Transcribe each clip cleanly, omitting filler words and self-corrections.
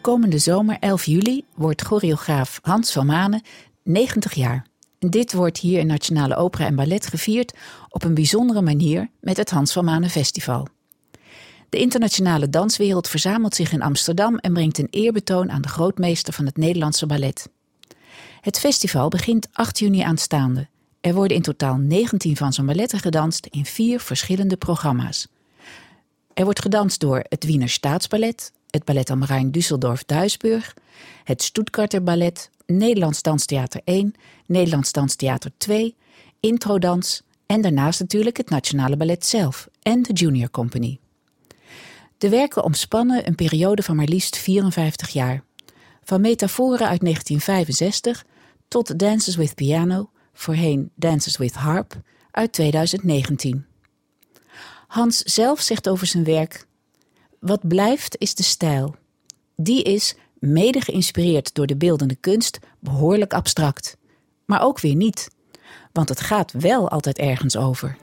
Komende zomer, 11 juli, wordt choreograaf Hans van Manen 90 jaar. En dit wordt hier in Nationale Opera en Ballet gevierd op een bijzondere manier met het Hans van Manen Festival. De internationale danswereld verzamelt zich in Amsterdam en brengt een eerbetoon aan de grootmeester van het Nederlandse ballet. Het festival begint 8 juni aanstaande. Er worden in totaal 19 van zijn balletten gedanst in 4 verschillende programma's. Er wordt gedanst door het Wiener Staatsballet, het Ballet am Rhein Düsseldorf-Duisburg, het Stuttgarter Ballet, Nederlands Danstheater 1, Nederlands Danstheater 2, Introdans en daarnaast natuurlijk het Nationale Ballet zelf en de Junior Company. De werken omspannen een periode van maar liefst 54 jaar. Van metaforen uit 1965 tot Dances with Piano, voorheen Dances with Harp, uit 2019. Hans zelf zegt over zijn werk: wat blijft is de stijl. Die is, mede geïnspireerd door de beeldende kunst, behoorlijk abstract. Maar ook weer niet, want het gaat wel altijd ergens over.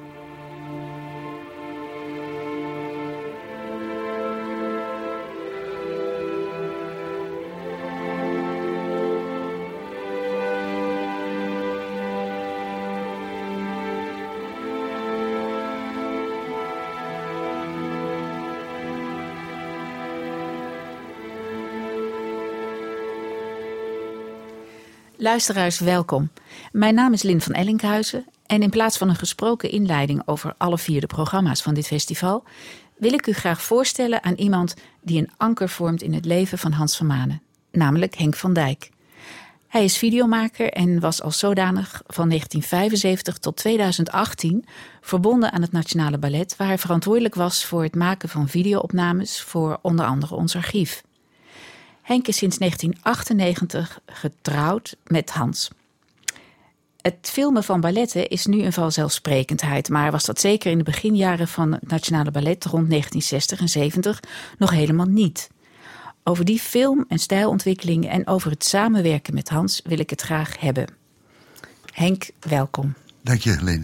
Luisteraars, welkom. Mijn naam is Lynn van Ellinkhuizen en in plaats van een gesproken inleiding over alle 4 de programma's van dit festival, wil ik u graag voorstellen aan iemand die een anker vormt in het leven van Hans van Manen, namelijk Henk van Dijk. Hij is videomaker en was als zodanig van 1975 tot 2018 verbonden aan het Nationale Ballet, waar hij verantwoordelijk was voor het maken van videoopnames voor onder andere ons archief. Henk is sinds 1998 getrouwd met Hans. Het filmen van balletten is nu een vanzelfsprekendheid, maar was dat zeker in de beginjaren van het Nationale Ballet rond 1960 en 70 nog helemaal niet. Over die film- en stijlontwikkeling en over het samenwerken met Hans wil ik het graag hebben. Henk, welkom. Dank je, Lynn.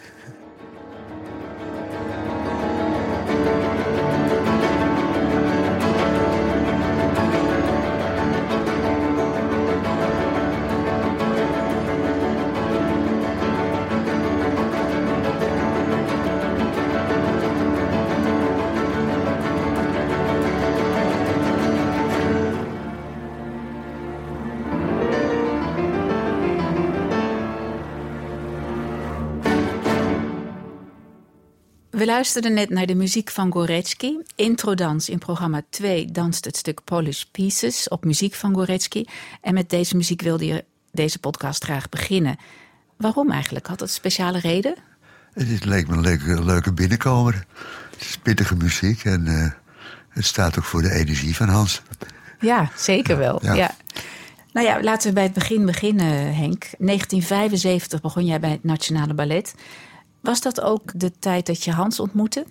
We luisterden net naar de muziek van Gorecki. Introdans in programma 2 danst het stuk Polish Pieces op muziek van Gorecki. En met deze muziek wilde je deze podcast graag beginnen. Waarom eigenlijk? Had het een speciale reden? Het leek me een leuke binnenkomer. Het is pittige muziek en het staat ook voor de energie van Hans. Ja, zeker wel. Ja. Ja. Nou ja, laten we bij het begin beginnen, Henk. 1975 begon jij bij het Nationale Ballet. Was dat ook de tijd dat je Hans ontmoette?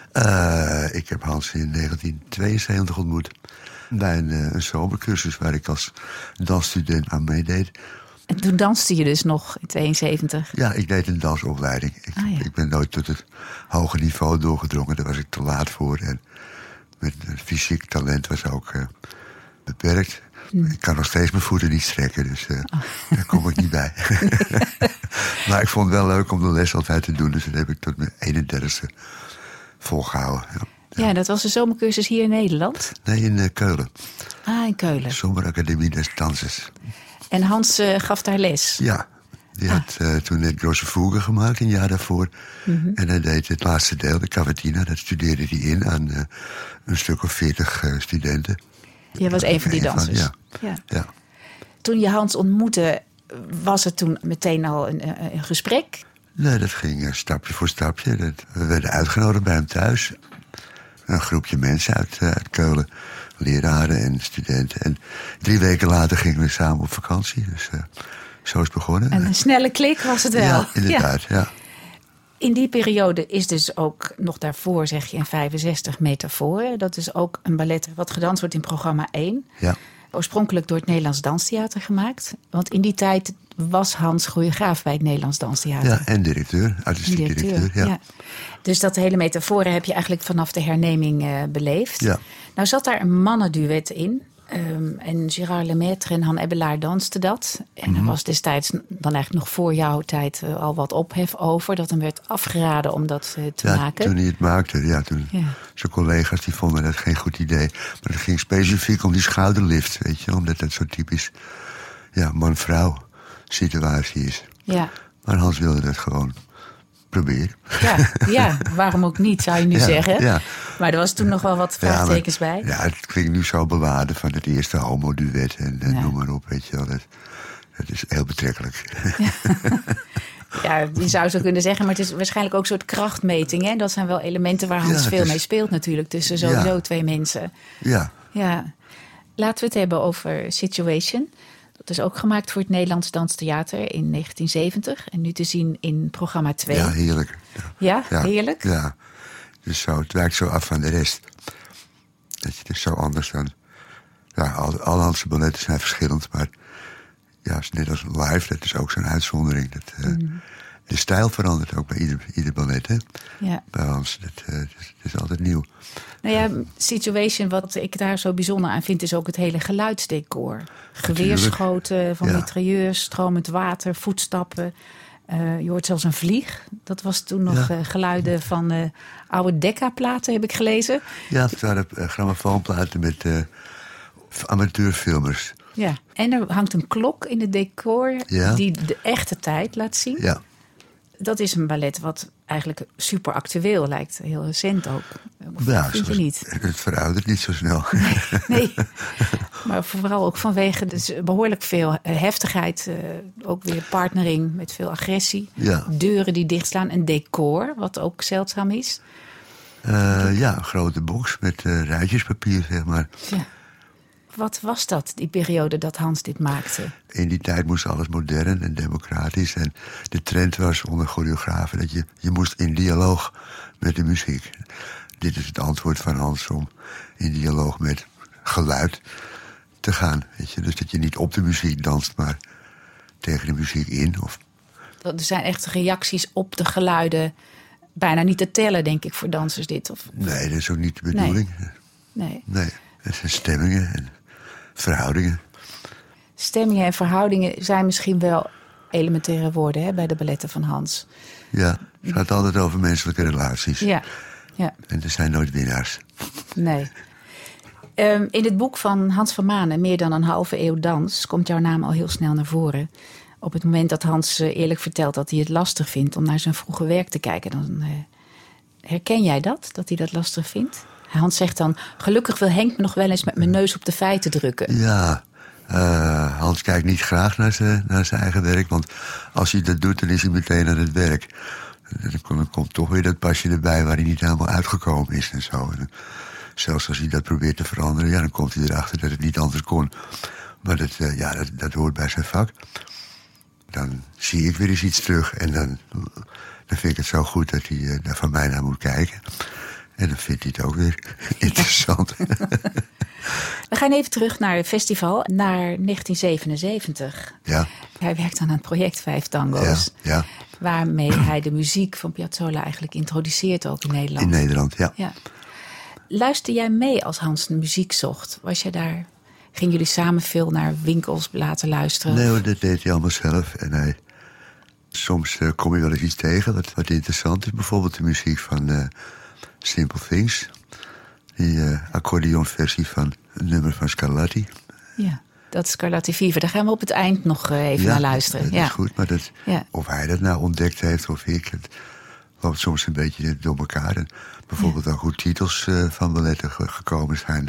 Ik heb Hans in 1972 ontmoet. Bij een zomercursus waar ik als dansstudent aan meedeed. En toen danste je dus nog in 72? Ja, ik deed een dansopleiding. Ik ben nooit tot het hoge niveau doorgedrongen. Daar was ik te laat voor. En met fysiek talent was ook beperkt. Ik kan nog steeds mijn voeten niet strekken, dus daar kom ik niet bij. Maar ik vond het wel leuk om de les altijd te doen. Dus dat heb ik tot mijn 31ste volgehouden. Ja, dat was een zomercursus hier in Nederland? Nee, in Keulen. Ah, in Keulen. Zomeracademie des Danses. En Hans gaf daar les? Ja, die had toen net Grosse Fuge gemaakt, een jaar daarvoor. Mm-hmm. En hij deed het laatste deel, de cavatina. Dat studeerde hij in aan een stuk of 40 studenten. Je was een van die dansers. Ja. Toen je Hans ontmoette, was het toen meteen al een gesprek? Nee, dat ging stapje voor stapje. We werden uitgenodigd bij hem thuis. Een groepje mensen uit Keulen. Leraren en studenten. En 3 weken later gingen we samen op vakantie. Dus zo is het begonnen. En een snelle klik was het wel. Ja, inderdaad, ja. In die periode is dus ook nog daarvoor, zeg je in 65, Metaforen. Dat is ook een ballet wat gedanst wordt in programma 1. Ja. Oorspronkelijk door het Nederlands Danstheater gemaakt. Want in die tijd was Hans choreograaf bij het Nederlands Danstheater. Ja, en directeur, artistiek directeur. Ja. Dus dat hele metaforen heb je eigenlijk vanaf de herneming beleefd. Ja. Nou zat daar een mannenduet in. En Gérard Lemaitre en Han Ebbelaar dansten dat. En er was destijds, dan eigenlijk nog voor jouw tijd, al wat ophef over. Dat hem werd afgeraden om dat te maken. Toen hij het maakte, zijn collega's die vonden dat geen goed idee. Maar het ging specifiek om die schouderlift, weet je. Omdat dat zo typisch man-vrouw situatie is. Ja. Maar Hans wilde dat gewoon proberen. Ja, waarom ook niet, zou je nu zeggen. Ja. Maar er was toen nog wel wat vraagtekens bij. Ja, het klinkt nu zo beladen van het eerste homo-duet en noem maar op, weet je wel. Dat is heel betrekkelijk. Ja, je zou zo kunnen zeggen, maar het is waarschijnlijk ook een soort krachtmeting. Hè? Dat zijn wel elementen waar Hans veel mee speelt natuurlijk. Tussen sowieso twee mensen. Ja. Laten we het hebben over Situation. Dat is ook gemaakt voor het Nederlands Danstheater in 1970. En nu te zien in programma 2. Ja, heerlijk. Ja, heerlijk? Ja, dus zo, het wijkt zo af van de rest. Het is zo anders dan... Ja, alle Hanse balletten zijn verschillend, maar... Ja, net als live, dat is ook zo'n uitzondering. De stijl verandert ook bij ieder ballet, hè? Ja. Bij Hans, het is altijd nieuw. Nou ja, Situation, wat ik daar zo bijzonder aan vind... is ook het hele geluidsdecor. Geweerschoten van mitrailleurs, stromend water, voetstappen. Je hoort zelfs een vlieg. Dat was toen nog geluiden van oude Decca-platen, heb ik gelezen. Ja, het waren grammofoonplaten met amateurfilmers. Ja, en er hangt een klok in het decor die de echte tijd laat zien. Ja. Dat is een ballet wat eigenlijk super actueel lijkt. Heel recent ook. Vind je niet? Het veroudert niet zo snel. Nee. Maar vooral ook vanwege dus behoorlijk veel heftigheid. Ook weer partnering met veel agressie. Ja. Deuren die dichtslaan. Een decor, wat ook zeldzaam is. Een grote box met ruitjespapier, zeg maar. Ja. Wat was dat, die periode dat Hans dit maakte? In die tijd moest alles modern en democratisch. En de trend was onder choreografen dat je moest in dialoog met de muziek. Dit is het antwoord van Hans om in dialoog met geluid te gaan. Weet je? Dus dat je niet op de muziek danst, maar tegen de muziek in. Er zijn echt reacties op de geluiden bijna niet te tellen, denk ik, voor dansers dit. Of... Nee, dat is ook niet de bedoeling. Nee. Het zijn stemmingen en verhoudingen. Stemmingen en verhoudingen zijn misschien wel elementaire woorden bij de balletten van Hans. Ja, het gaat altijd over menselijke relaties. Ja. En er zijn nooit winnaars. Nee. In het boek van Hans van Manen, Meer dan een halve eeuw dans, komt jouw naam al heel snel naar voren. Op het moment dat Hans eerlijk vertelt dat hij het lastig vindt om naar zijn vroege werk te kijken, dan herken jij dat hij dat lastig vindt? Hans zegt dan, gelukkig wil Henk me nog wel eens met mijn neus op de feiten drukken. Ja, Hans kijkt niet graag naar zijn eigen werk. Want als hij dat doet, dan is hij meteen aan het werk. Dan komt toch weer dat pasje erbij waar hij niet helemaal uitgekomen is en zo. En zelfs als hij dat probeert te veranderen, dan komt hij erachter dat het niet anders kon. Maar dat hoort bij zijn vak. Dan zie ik weer eens iets terug en dan vind ik het zo goed dat hij daar van mij naar moet kijken. En dan vindt hij het ook weer interessant. We gaan even terug naar het festival, naar 1977. Ja. Hij werkt aan het project 5 Tango's. Ja. Waarmee hij de muziek van Piazzolla eigenlijk introduceert ook in Nederland. In Nederland, ja. Luister jij mee als Hans de muziek zocht? Was je daar? Gingen jullie samen veel naar winkels laten luisteren? Nee hoor, dat deed hij allemaal zelf. En soms kom je wel eens iets tegen wat interessant is. Bijvoorbeeld de muziek van Simple Things. Die accordeonversie van een nummer van Scarlatti. Ja, dat Scarlatti Fever. Daar gaan we op het eind nog even naar luisteren. Dat is goed, maar of hij dat nou ontdekt heeft of ik, het loopt soms een beetje door elkaar. En bijvoorbeeld ook hoe titels van balletten gekomen zijn.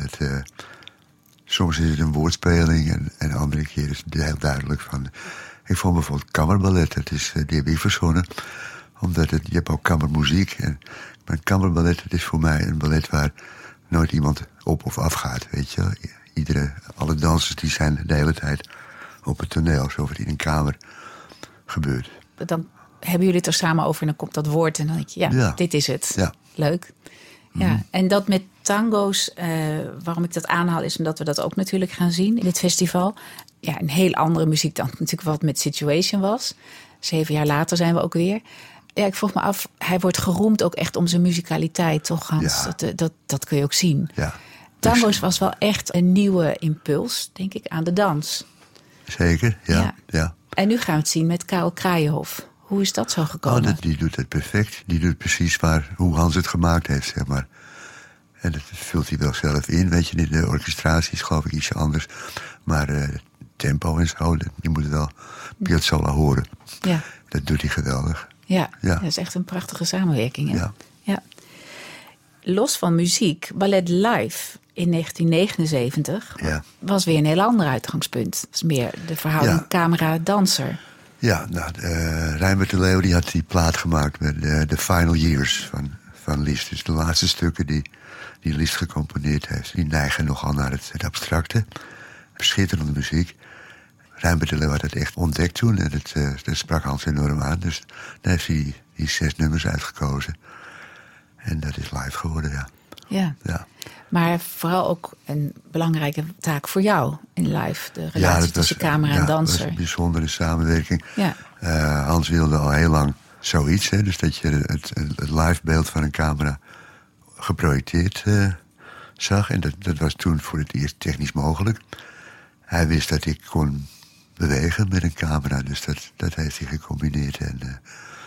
Soms is het een woordspeling en andere keer is het heel duidelijk van. Ik vond bijvoorbeeld kammerballet, die heb ik verzonnen. Omdat je hebt ook kammermuziek. En een kammerballet, het is voor mij een ballet waar nooit iemand op of af gaat, weet je. Alle dansers die zijn de hele tijd op het toneel, alsof het in een kamer gebeurt. Dan hebben jullie het er samen over en dan komt dat woord en dan denk je, dit is het. Ja. Leuk. Ja, en dat met tango's, waarom ik dat aanhaal is omdat we dat ook natuurlijk gaan zien in dit festival. een heel andere muziek dan natuurlijk wat met Situation was. 7 jaar later zijn we ook weer. Ja, ik vroeg me af, hij wordt geroemd ook echt om zijn muzikaliteit, toch Hans? Ja. Dat kun je ook zien. Ja. Tango's was wel echt een nieuwe impuls, denk ik, aan de dans. Zeker, ja. En nu gaan we het zien met Karel Kraaienhof. Hoe is dat zo gekomen? Die doet het perfect. Die doet precies hoe Hans het gemaakt heeft, zeg maar. En dat vult hij wel zelf in. Weet je, de orchestratie is geloof ik ietsje anders. Maar tempo en zo, je moet het wel Piazzolla horen. Ja. Dat doet hij geweldig. Ja, dat is echt een prachtige samenwerking. Hè? Ja. Los van muziek, ballet live in 1979 was weer een heel ander uitgangspunt. Het was meer de verhouding camera-danser. Ja, Reinbert de Leeuw die had die plaat gemaakt met de Final Years van Liszt. Dus de laatste stukken die Liszt gecomponeerd heeft. Die neigen nogal naar het abstracte. Schitterende muziek. Reinbert de Leeuw had het echt ontdekt toen. En dat sprak Hans enorm aan. Dus daar heeft hij die 6 nummers uitgekozen. En dat is live geworden, ja. Maar vooral ook een belangrijke taak voor jou in live. De relatie tussen camera en danser. Dat was een bijzondere samenwerking. Ja. Hans wilde al heel lang zoiets. Hè, dus dat je het live beeld van een camera geprojecteerd zag. En dat was toen voor het eerst technisch mogelijk. Hij wist dat ik kon bewegen met een camera. Dus dat heeft hij gecombineerd. En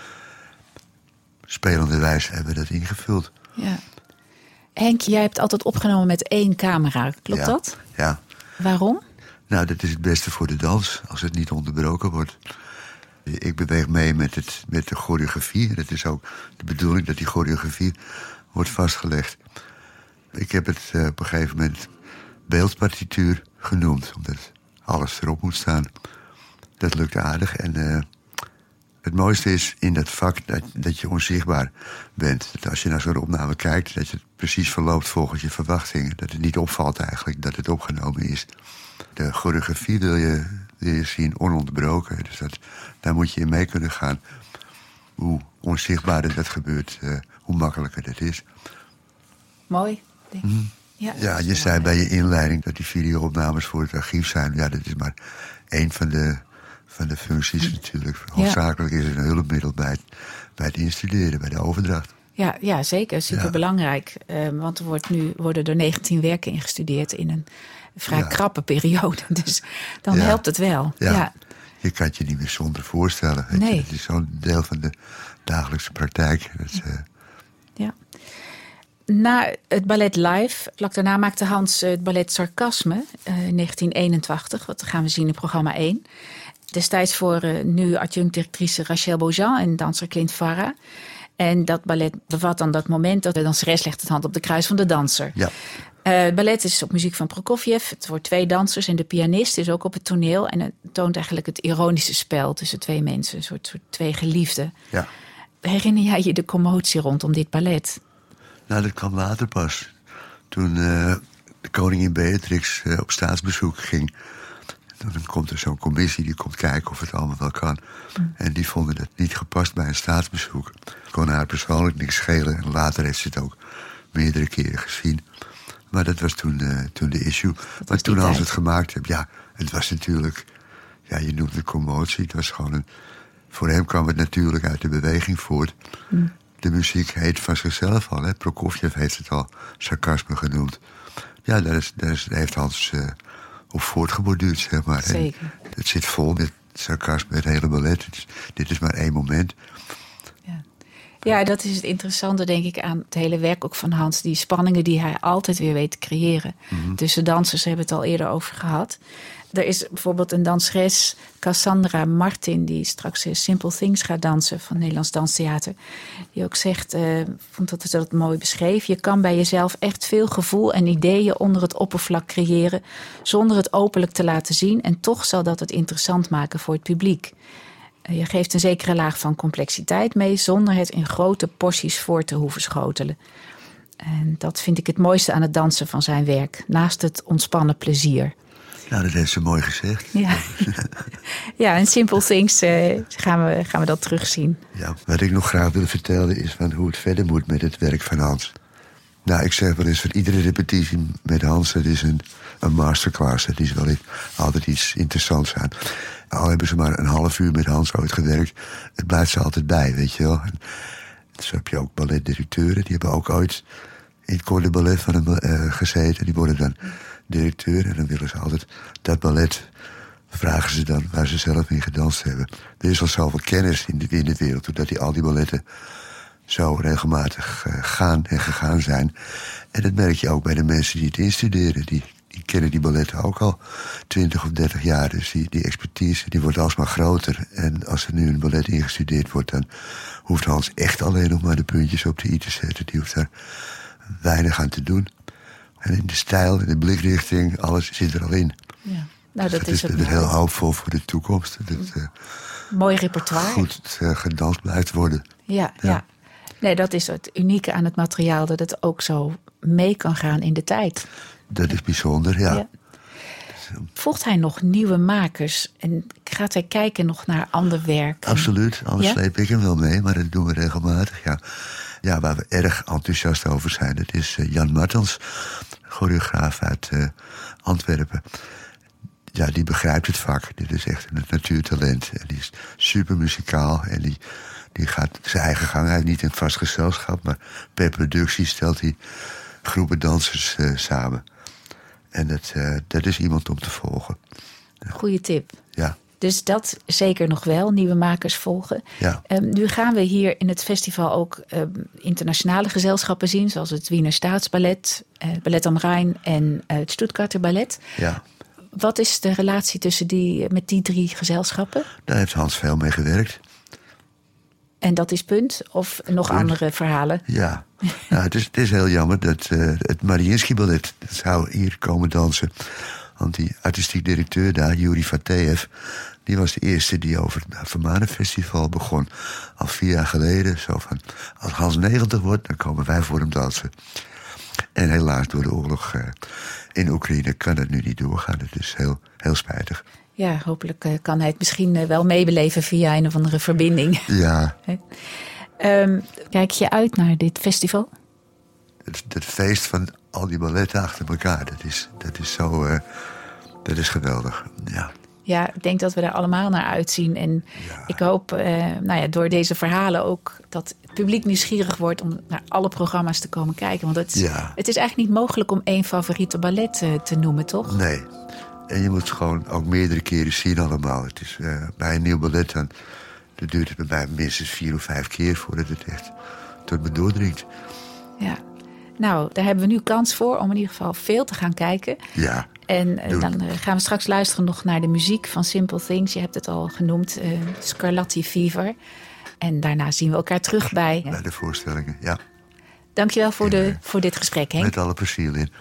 spelenderwijs hebben we dat ingevuld. Ja. Henk, jij hebt altijd opgenomen met 1 camera. Klopt dat? Ja. Waarom? Nou, dat is het beste voor de dans. Als het niet onderbroken wordt. Ik beweeg mee met de choreografie. Dat is ook de bedoeling dat die choreografie wordt vastgelegd. Ik heb het op een gegeven moment beeldpartituur genoemd. Omdat alles erop moet staan. Dat lukt aardig. En het mooiste is in dat vak dat je onzichtbaar bent. Dat als je naar zo'n opname kijkt, dat het precies verloopt volgens je verwachtingen. Dat het niet opvalt eigenlijk dat het opgenomen is. De choreografie wil je zien ononderbroken. Dus daar moet je in mee kunnen gaan. Hoe onzichtbaarder dat gebeurt, hoe makkelijker dat is. Mooi. Ja, je zei bij je inleiding dat die video-opnames voor het archief zijn. Ja, dat is maar één van de functies natuurlijk. Hoofdzakelijk is het een hulpmiddel bij het instuderen, bij de overdracht. Ja, zeker. Superbelangrijk. Want worden er 19 werken ingestudeerd in een vrij krappe periode. Dus dan helpt het wel. Ja. Je kan het je niet meer zonder voorstellen. Nee. Het is zo'n deel van de dagelijkse praktijk. Ja. Na het ballet live, vlak daarna maakte Hans het ballet Sarcasme in 1981. Dat gaan we zien in programma 1. Destijds voor nu adjunct-directrice Rachel Beaujean en danser Clint Farah. En dat ballet bevat dan dat moment dat de danseres legt het hand op de kruis van de danser. Ja. Het ballet is op muziek van Prokofjev. Het wordt 2 dansers en de pianist is ook op het toneel. En het toont eigenlijk het ironische spel tussen 2 mensen. Een soort 2 geliefden. Ja. Herinner jij je de commotie rondom dit ballet? Nou, dat kwam later pas. Toen de koningin Beatrix op staatsbezoek ging. Dan komt er zo'n commissie die komt kijken of het allemaal wel kan. En die vonden dat niet gepast bij een staatsbezoek. Kon haar persoonlijk niks schelen. En later heeft ze het ook meerdere keren gezien. Maar dat was toen de issue. Maar toen als het gemaakt heb, het was natuurlijk... Ja, je noemt het commotie. Het was gewoon voor hem kwam het natuurlijk uit de beweging voort. De muziek heet van zichzelf al. Hè. Prokofjev heeft het al sarcasme genoemd. Ja, daar heeft Hans op voortgeborduurd, zeg maar. Zeker. En het zit vol met sarcasme, het hele ballet. Dit is maar 1 moment. Ja, dat is het interessante, denk ik, aan het hele werk ook van Hans. Die spanningen die hij altijd weer weet te creëren. Tussen dansers hebben we het al eerder over gehad. Er is bijvoorbeeld een danseres, Cassandra Martin, die straks Simple Things gaat dansen van Nederlands Danstheater. Die ook zegt, vond dat ze dat mooi beschreef. Je kan bij jezelf echt veel gevoel en ideeën onder het oppervlak creëren, zonder het openlijk te laten zien. En toch zal dat het interessant maken voor het publiek. Je geeft een zekere laag van complexiteit mee, zonder het in grote porties voor te hoeven schotelen. En dat vind ik het mooiste aan het dansen van zijn werk, naast het ontspannen plezier. Nou, dat heeft ze mooi gezegd. Ja, en Simple Things gaan we dat terugzien. Ja, wat ik nog graag wil vertellen is van hoe het verder moet met het werk van Hans. Nou, ik zeg wel eens, voor iedere repetitie met Hans, het is een een masterclass. Het is wel altijd iets interessants aan. Al hebben ze maar een half uur met Hans ooit gewerkt, het blijft ze altijd bij, weet je wel. En zo heb je ook balletdirecteuren, die hebben ook ooit in het Corps de Ballet van hem gezeten. Die worden dan directeur en dan willen ze altijd dat ballet, vragen ze dan waar ze zelf in gedanst hebben. Er is al zoveel kennis in de wereld, doordat die al die balletten zo regelmatig gaan en gegaan zijn. En dat merk je ook bij de mensen die het instuderen. Die kennen die balletten ook al 20 of 30 jaar. Dus die expertise die wordt alsmaar groter. En als er nu een ballet ingestudeerd wordt, dan hoeft Hans echt alleen nog maar de puntjes op de i te zetten. Die hoeft daar weinig aan te doen. En in de stijl, in de blikrichting, alles zit er al in. Ja. Nou, dus dat is heel hoopvol voor de toekomst. Dat mooi repertoire. Goed gedanst blijft worden. Ja. Nee, dat is het unieke aan het materiaal, dat het ook zo mee kan gaan in de tijd. Dat is bijzonder, ja. Volgt hij nog nieuwe makers? En gaat hij kijken nog naar ander werk? Absoluut, anders sleep ik hem wel mee, maar dat doen we regelmatig, ja. Ja, waar we erg enthousiast over zijn, dat is Jan Martens, choreograaf uit Antwerpen. Ja, die begrijpt het vak. Dit is echt een natuurtalent. En die is super muzikaal. En die gaat zijn eigen gang. Hij heeft niet een vast gezelschap, maar per productie stelt hij groepen dansers samen. En dat is iemand om te volgen. Goeie tip. Ja. Dus dat zeker nog wel, nieuwe makers volgen. Ja. Nu gaan we hier in het festival ook internationale gezelschappen zien, zoals het Wiener Staatsballet, Ballet am Rhein en het Stuttgarter Ballet. Ja. Wat is de relatie met die 3 gezelschappen? Daar heeft Hans veel mee gewerkt. En dat is punt? Of nog andere verhalen? Ja, nou, het is heel jammer dat het Mariinsky Ballet zou hier komen dansen. Want die artistiek directeur daar, Yuri Fateev, die was de eerste die over het Vermanenfestival begon. Al 4 jaar geleden. Zo van, als Hans 90 wordt, dan komen wij voor hem dansen. En helaas door de oorlog in Oekraïne kan het nu niet doorgaan. Het is heel, heel spijtig. Ja, hopelijk kan hij het misschien wel meebeleven via een of andere verbinding. Ja. Kijk je uit naar dit festival? Het feest van al die balletten achter elkaar, dat is zo, dat is geweldig, ja. Ja, ik denk dat we daar allemaal naar uitzien. En ik hoop door deze verhalen ook dat het publiek nieuwsgierig wordt om naar alle programma's te komen kijken. Want het is eigenlijk niet mogelijk om 1 favoriete ballet te noemen, toch? Nee. En je moet het gewoon ook meerdere keren zien allemaal. Het is bij een nieuw ballet, dan duurt het bij mij minstens 4 of 5 keer voordat het echt tot me doordringt. Ja. Nou, daar hebben we nu kans voor om in ieder geval veel te gaan kijken. Ja. En dan gaan we straks luisteren nog naar de muziek van Simple Things. Je hebt het al genoemd, Scarlatti Fever. En daarna zien we elkaar terug bij de voorstellingen, ja. Dankjewel voor dit gesprek, Henk. Met alle plezier in.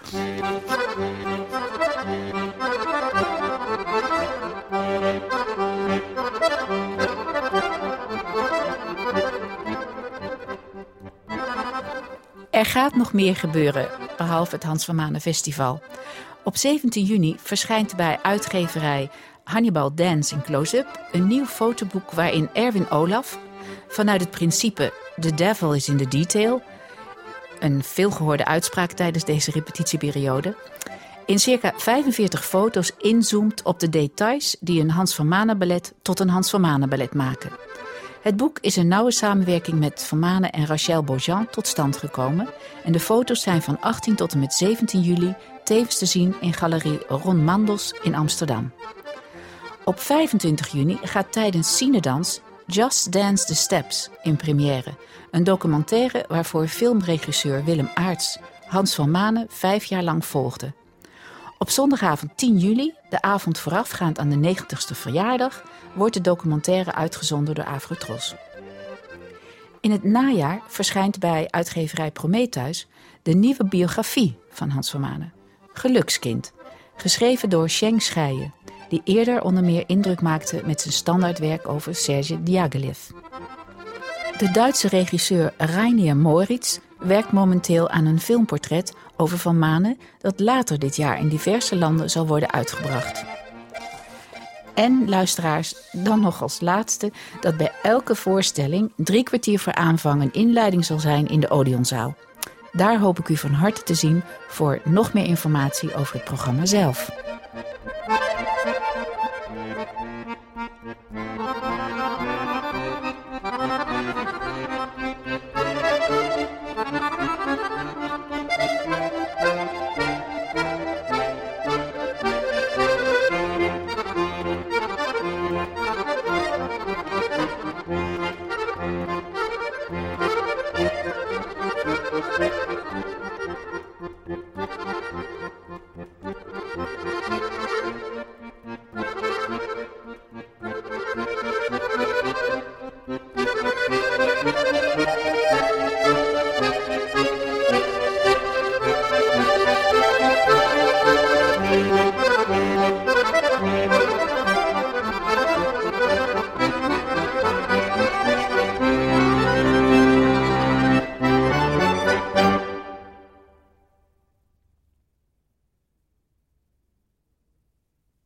Er gaat nog meer gebeuren, behalve het Hans van Manen Festival. Op 17 juni verschijnt bij uitgeverij Hannibal Dance in Close-up een nieuw fotoboek waarin Erwin Olaf vanuit het principe The Devil is in the Detail, een veelgehoorde uitspraak tijdens deze repetitieperiode, in circa 45 foto's inzoomt op de details die een Hans van Manen ballet tot een Hans van Manen ballet maken. Het boek is een nauwe samenwerking met Van Manen en Rachel Beaujean tot stand gekomen. En de foto's zijn van 18 tot en met 17 juli tevens te zien in Galerie Ron Mandels in Amsterdam. Op 25 juni gaat tijdens Cinedans Just Dance the Steps in première. Een documentaire waarvoor filmregisseur Willem Aerts Hans van Manen 5 jaar lang volgde. Op zondagavond 10 juli, de avond voorafgaand aan de 90ste verjaardag, wordt de documentaire uitgezonden door Afrotros. In het najaar verschijnt bij uitgeverij Prometheus de nieuwe biografie van Hans van Manen, Gelukskind, geschreven door Sheng Scheijen, die eerder onder meer indruk maakte met zijn standaardwerk over Serge Diaghilev. De Duitse regisseur Rainier Moritz werkt momenteel aan een filmportret over Van Manen dat later dit jaar in diverse landen zal worden uitgebracht. En luisteraars, dan nog als laatste dat bij elke voorstelling 3 kwartier voor aanvang een inleiding zal zijn in de Odeonzaal. Daar hoop ik u van harte te zien voor nog meer informatie over het programma zelf.